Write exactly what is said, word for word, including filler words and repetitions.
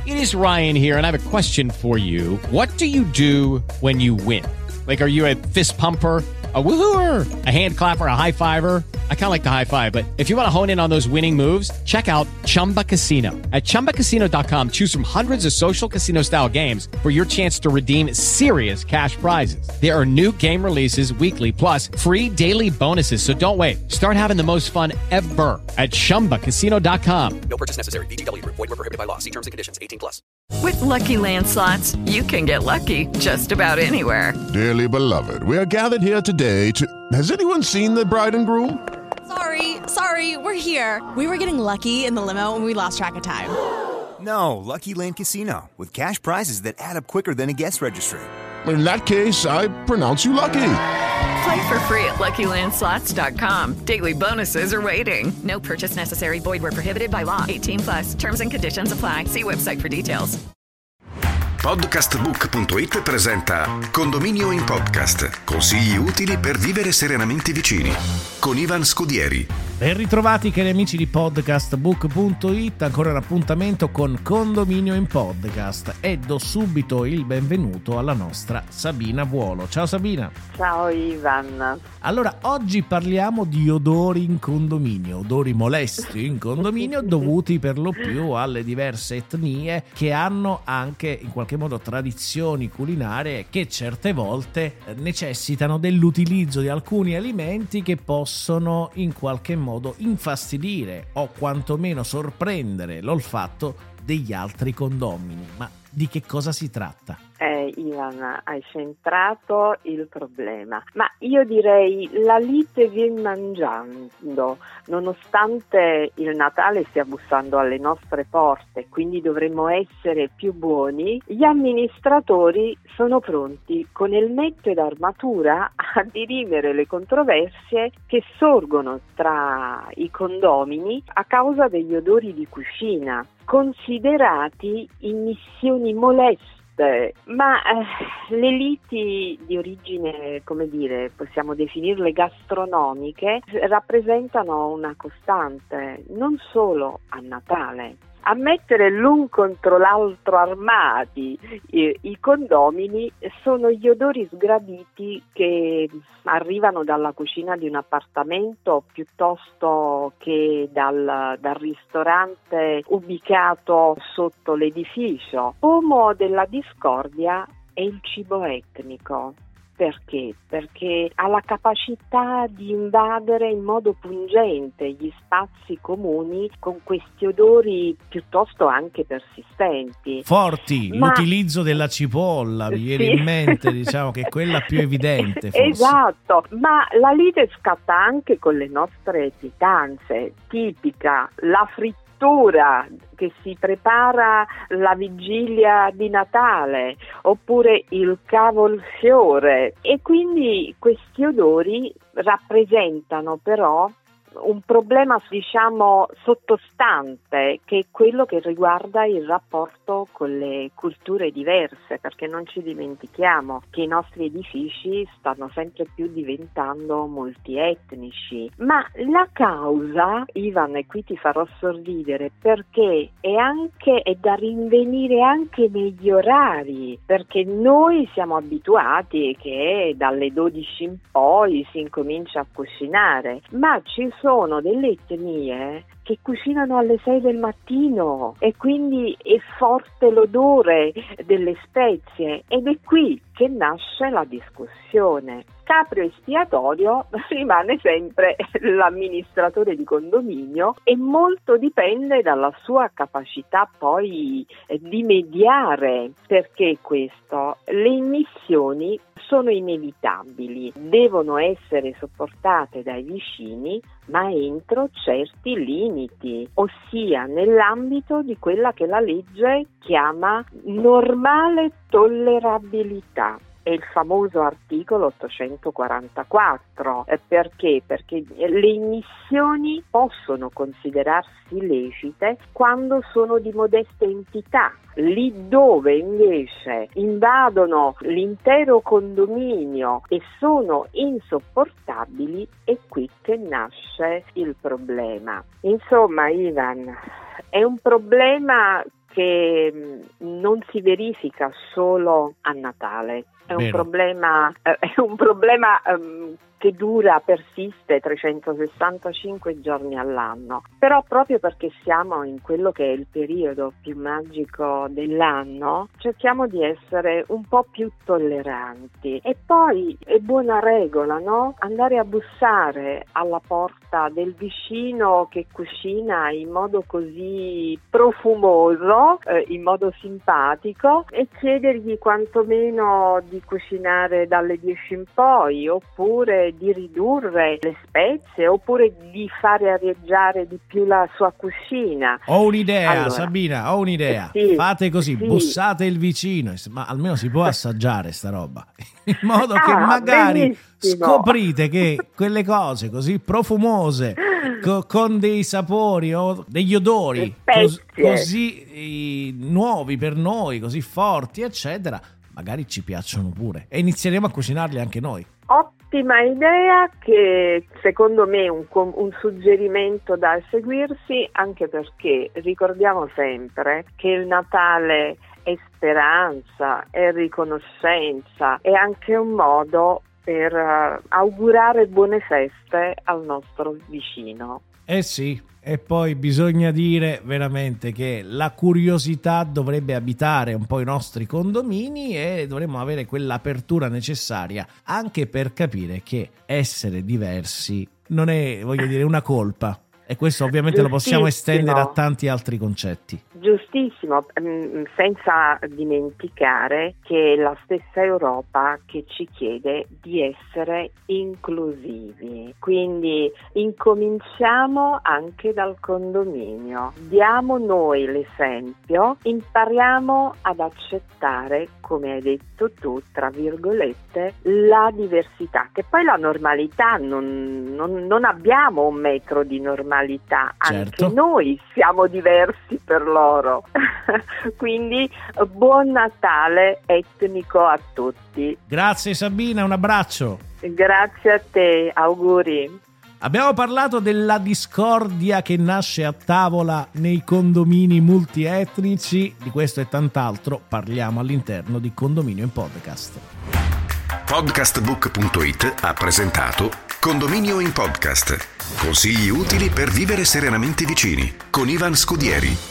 It is Ryan here, and I have a question for you. What do you do when you win? Like, are you a fist pumper, a woohooer, a hand clapper, a high fiver? I kind of like the high five, but if you want to hone in on those winning moves, check out Chumba Casino. At chumba casino dot com, choose from hundreds of social casino style games for your chance to redeem serious cash prizes. There are new game releases weekly, plus free daily bonuses. So don't wait. Start having the most fun ever at chumba casino dot com. No purchase necessary. V G W Group. Void where prohibited by law. See terms and conditions. eighteen plus. With Lucky Land Slots, you can get lucky just about anywhere. Dearly beloved, we are gathered here today to... Has anyone seen the bride and groom? Sorry, sorry, we're here. We were getting lucky in the limo and we lost track of time. No, Lucky Land Casino, with cash prizes that add up quicker than a guest registry. In that case, I pronounce you lucky. Play for free at lucky land slots dot com. Daily bonuses are waiting. No purchase necessary. Void where prohibited by law. eighteen plus. Terms and conditions apply. See website for details. Podcastbook punto it presenta Condominio in Podcast. Consigli utili per vivere serenamente vicini. Con Ivan Scudieri. Ben ritrovati cari amici di Podcastbook punto it, ancora un appuntamento con Condominio in Podcast e do subito il benvenuto alla nostra Sabina Vuolo. Ciao Sabina. Ciao Ivan. Allora, oggi parliamo di odori in condominio, odori molesti in condominio dovuti per lo più alle diverse etnie che hanno anche in qualche modo tradizioni culinarie che certe volte necessitano dell'utilizzo di alcuni alimenti che possono in qualche modo infastidire o quantomeno sorprendere l'olfatto degli altri condomini. Ma di che cosa si tratta? Eh, Ivan, hai centrato il problema, ma io direi la lite viene mangiando, nonostante il Natale stia bussando alle nostre porte, quindi dovremmo essere più buoni. Gli amministratori sono pronti con elmetto ed armatura a dirimere le controversie che sorgono tra i condomini a causa degli odori di cucina, considerati immissioni moleste. Ma eh, le liti di origine, come dire, possiamo definirle gastronomiche, rappresentano una costante, non solo a Natale. A mettere l'un contro l'altro armati eh, i condomini sono gli odori sgraditi che arrivano dalla cucina di un appartamento piuttosto che dal, dal ristorante ubicato sotto l'edificio. Pomo della discordia è il cibo etnico. Perché? Perché ha la capacità di invadere in modo pungente gli spazi comuni con questi odori piuttosto anche persistenti. Forti, Ma... l'utilizzo della cipolla, mi viene sì. in mente, diciamo che è quella più evidente forse. Esatto, ma la lite scatta anche con le nostre pietanze, tipica, la frittura che si prepara la vigilia di Natale oppure il cavolfiore, e quindi questi odori rappresentano però un problema, diciamo, sottostante, che è quello che riguarda il rapporto con le culture diverse, perché non ci dimentichiamo che i nostri edifici stanno sempre più diventando multietnici. Ma la causa, Ivan, e qui ti farò sorridere, perché è anche è da rinvenire anche negli orari, perché noi siamo abituati che dalle dodici in poi si incomincia a cucinare, ma ci sono delle etnie che cucinano alle sei del mattino e quindi è forte l'odore delle spezie, ed è qui che nasce la discussione. Capro espiatorio rimane sempre l'amministratore di condominio e molto dipende dalla sua capacità poi di mediare. Perché questo? Le immissioni sono inevitabili, devono essere sopportate dai vicini, ma entro certi limiti, ossia nell'ambito di quella che la legge chiama normale tollerabilità. È il famoso articolo ottocentoquarantaquattro. Eh, perché? Perché le immissioni possono considerarsi lecite quando sono di modesta entità. Lì dove invece invadono l'intero condominio e sono insopportabili, è qui che nasce il problema. Insomma, Ivan, è un problema che non si verifica solo a Natale. È un Vero. problema, eh, è un problema um, che dura, persiste trecentosessantacinque giorni all'anno. Però proprio perché siamo in quello che è il periodo più magico dell'anno, cerchiamo di essere un po' più tolleranti. E poi è buona regola, no? Andare a bussare alla porta del vicino che cucina in modo così profumoso, eh, in modo simpatico, e chiedergli quantomeno di cucinare dalle dieci in poi, oppure di ridurre le spezie, oppure di fare arieggiare di più la sua cucina. Ho un'idea, Allora, Sabina, ho un'idea. sì, Fate così, sì. bussate il vicino, ma almeno si può assaggiare sta roba, in modo che Ah, magari benissimo. scoprite che quelle cose così profumose, co- con dei sapori o degli odori cos- Spezie. così eh, nuovi per noi, così forti, eccetera, magari ci piacciono pure e inizieremo a cucinarli anche noi. Ottima idea, che secondo me è un, com- un suggerimento da seguirsi, anche perché ricordiamo sempre che il Natale è speranza, è riconoscenza, è anche un modo per uh, augurare buone feste al nostro vicino. Eh sì, e poi bisogna dire veramente che la curiosità dovrebbe abitare un po' i nostri condomini e dovremmo avere quell'apertura necessaria anche per capire che essere diversi non è, voglio dire, una colpa. E questo ovviamente lo possiamo estendere a tanti altri concetti. Giustissimo, senza dimenticare che è la stessa Europa che ci chiede di essere inclusivi. Quindi incominciamo anche dal condominio, diamo noi l'esempio, impariamo ad accettare, come hai detto tu, tra virgolette, la diversità, che poi la normalità, non, non, non abbiamo un metro di normalità. Certo. Anche noi siamo diversi per loro. Quindi buon Natale etnico a tutti. Grazie Sabina, un abbraccio. Grazie a te, auguri. Abbiamo parlato della discordia che nasce a tavola nei condomini multietnici, di questo e tant'altro parliamo all'interno di Condominio in Podcast. Podcastbook punto it ha presentato Condominio in Podcast. Consigli utili per vivere serenamente vicini con Ivan Scudieri.